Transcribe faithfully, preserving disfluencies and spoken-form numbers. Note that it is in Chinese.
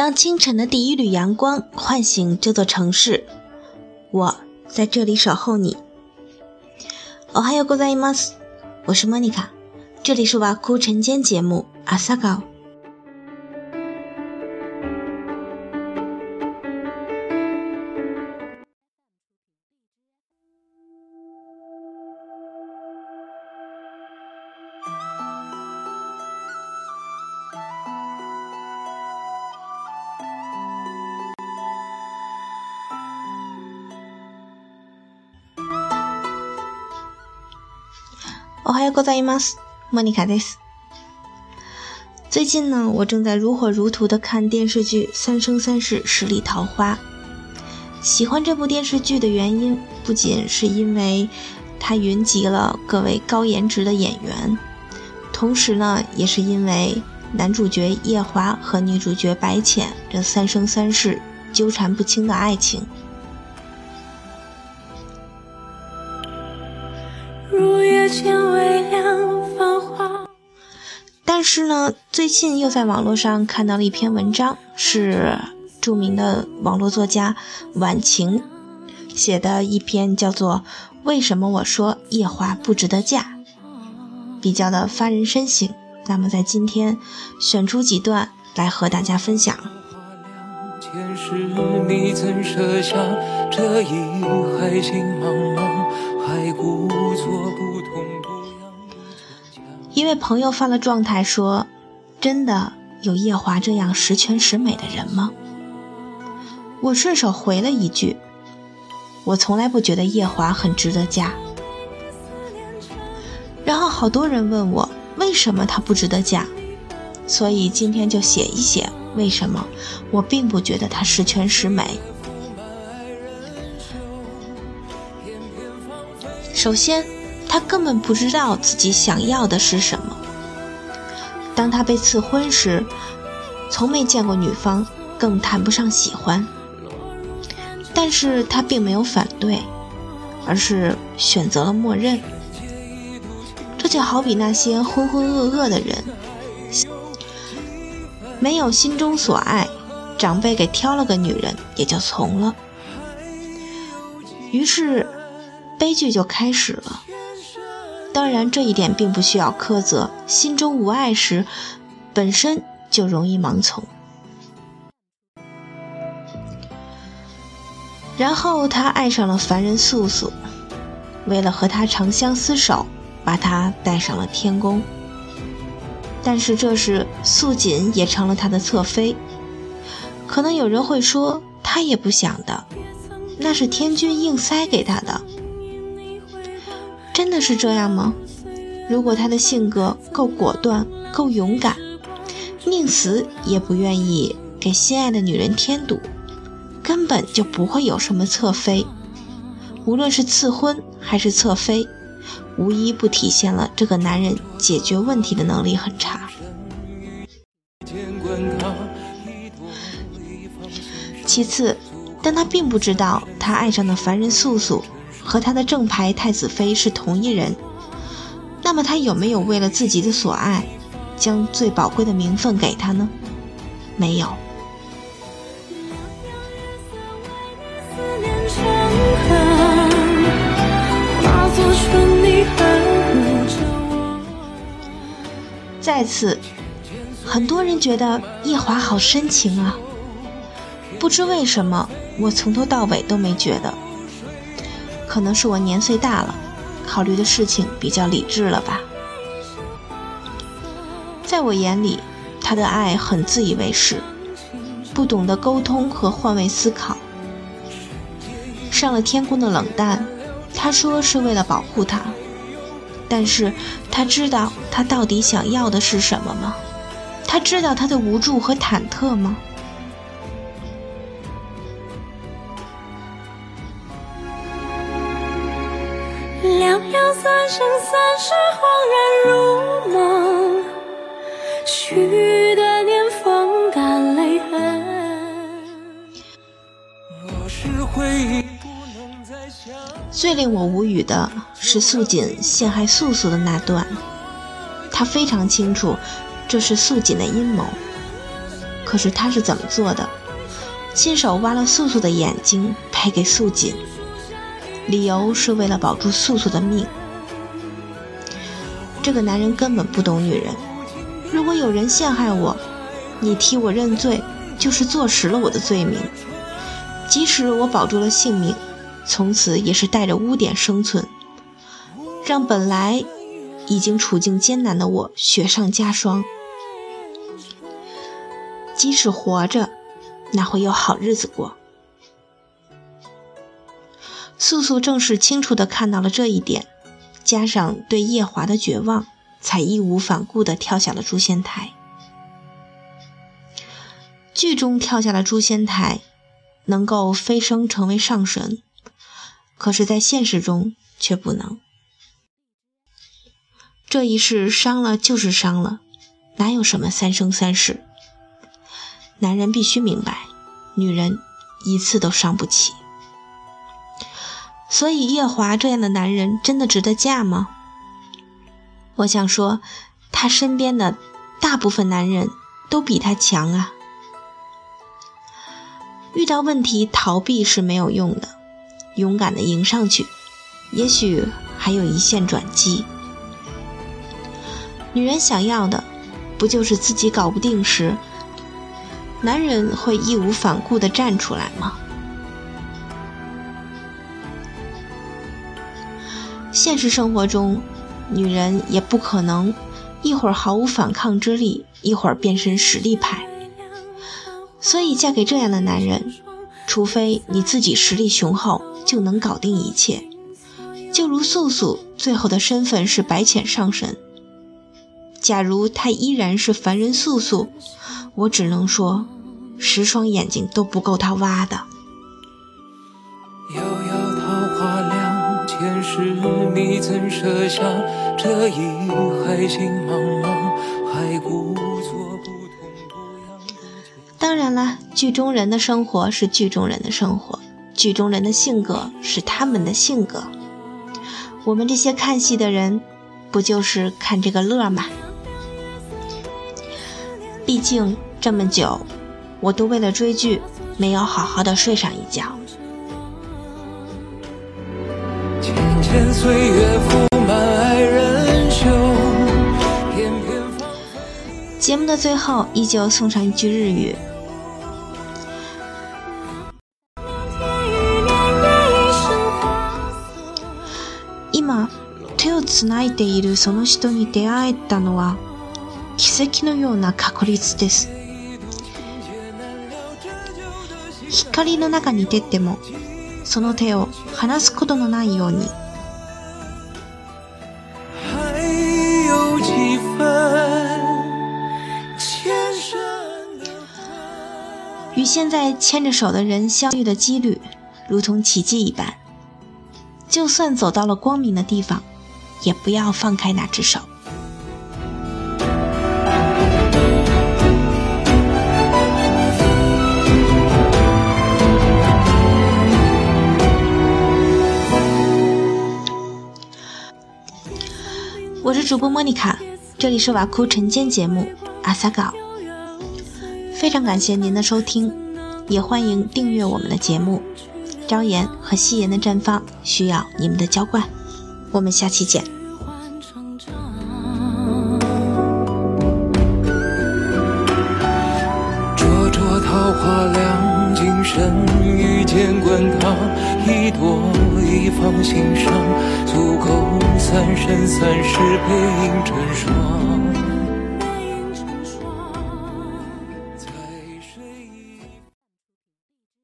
当清晨的第一缕阳光唤醒这座城市，我在这里守候你。おはようございます，我是莫妮卡，这里是瓦库晨间节目阿萨高。おはようございます，莫妮卡です。最近呢，我正在如火如荼地看电视剧《三生三世十里桃花》。喜欢这部电视剧的原因，不仅是因为它云集了各位高颜值的演员，同时呢，也是因为男主角夜华和女主角白浅这三生三世纠缠不清的爱情。 如月间微凉繁华。 但是呢，最近又在网络上看到了一篇文章，是著名的网络作家晚晴写的一篇叫做《为什么我说夜华不值得嫁》，比较的发人深省。那么在今天选出几段来和大家分享。 前世你怎设下这一海情茫茫，还故作不痛不痒。 一位朋友发了状态说，真的有夜华这样十全十美的人吗？我顺手回了一句，我从来不觉得夜华很值得嫁。然后好多人问我为什么他不值得嫁，所以今天就写一写为什么我并不觉得他十全十美。首先，他根本不知道自己想要的是什么。当他被赐婚时，从没见过女方，更谈不上喜欢。但是他并没有反对，而是选择了默认。这就好比那些浑浑噩噩的人，没有心中所爱，长辈给挑了个女人，也就从了。于是悲剧就开始了。当然这一点并不需要苛责，心中无爱时本身就容易盲从。然后他爱上了凡人素素，为了和他长相厮守，把他带上了天宫。但是这时素锦也成了他的侧妃。可能有人会说，他也不想的，那是天君硬塞给他的。真的是这样吗？如果他的性格够果断，够勇敢，宁死也不愿意给心爱的女人添堵，根本就不会有什么侧妃。无论是赐婚还是侧妃，无一不体现了这个男人解决问题的能力很差。其次，但他并不知道他爱上的凡人素素和他的正牌太子妃是同一人，那么他有没有为了自己的所爱，将最宝贵的名分给他呢？没有。再次，很多人觉得夜华好深情啊，不知为什么我从头到尾都没觉得。可能是我年岁大了，考虑的事情比较理智了吧。在我眼里，他的爱很自以为是，不懂得沟通和换位思考。上了天宫的冷淡，他说是为了保护他，但是他知道他到底想要的是什么吗？他知道他的无助和忐忑吗？ 寥寥三生三世，恍然如梦，许的年风干泪痕。若是回忆不能再相。 最令我无语的是素锦陷害素素的那段，他非常清楚这是素锦的阴谋， 可是他是怎么做的？亲手挖了素素的眼睛赔给素锦，理由是为了保住素素的命。这个男人根本不懂女人，如果有人陷害我，你替我认罪，就是坐实了我的罪名。即使我保住了性命，从此也是带着污点生存，让本来已经处境艰难的我雪上加霜。即使活着，哪会有好日子过？素素正是清楚地看到了这一点，加上对夜华的绝望，才义无反顾地跳下了诛仙台。剧中跳下了诛仙台，能够飞升成为上神，可是在现实中却不能。这一世伤了就是伤了，哪有什么三生三世？男人必须明白，女人一次都伤不起。所以夜华这样的男人真的值得嫁吗？我想说，他身边的大部分男人都比他强啊。遇到问题逃避是没有用的，勇敢地迎上去，也许还有一线转机。女人想要的不就是自己搞不定时，男人会义无反顾地站出来吗？现实生活中，女人也不可能一会儿毫无反抗之力，一会儿变身实力派。所以嫁给这样的男人，除非你自己实力雄厚，就能搞定一切。就如素素最后的身份是白浅上神，假如她依然是凡人素素，我只能说十双眼睛都不够她挖的。 遥遥桃花凉，前世你怎设想，这一海情茫茫，还故作不痛不痒。 当然了，剧中人的生活是剧中人的生活，剧中人的性格是他们的性格，我们这些看戏的人不就是看这个乐吗？毕竟这么久，我都为了追剧没有好好的睡上一觉。 浅浅岁月铺满爱人袖，翩翩芳菲。 节目的最后依旧送上一句日语，今手をつないでいるその人に出会えたのは奇跡のような確率です。光の中に出てもその手を離すことのないように。 还有几分前生的与现在牵着手的人相遇的几率如同奇迹一般，就算走到了光明的地方，也不要放开那只手。我是主播莫妮卡，这里是瓦库晨间节目阿萨稿，非常感谢您的收听，也欢迎订阅我们的节目。朝颜和夕颜的绽放需要你们的浇灌，我们下期见。 灼灼桃花凉，今生遇见滚烫，一朵一放心上，足够三生三世背影成双。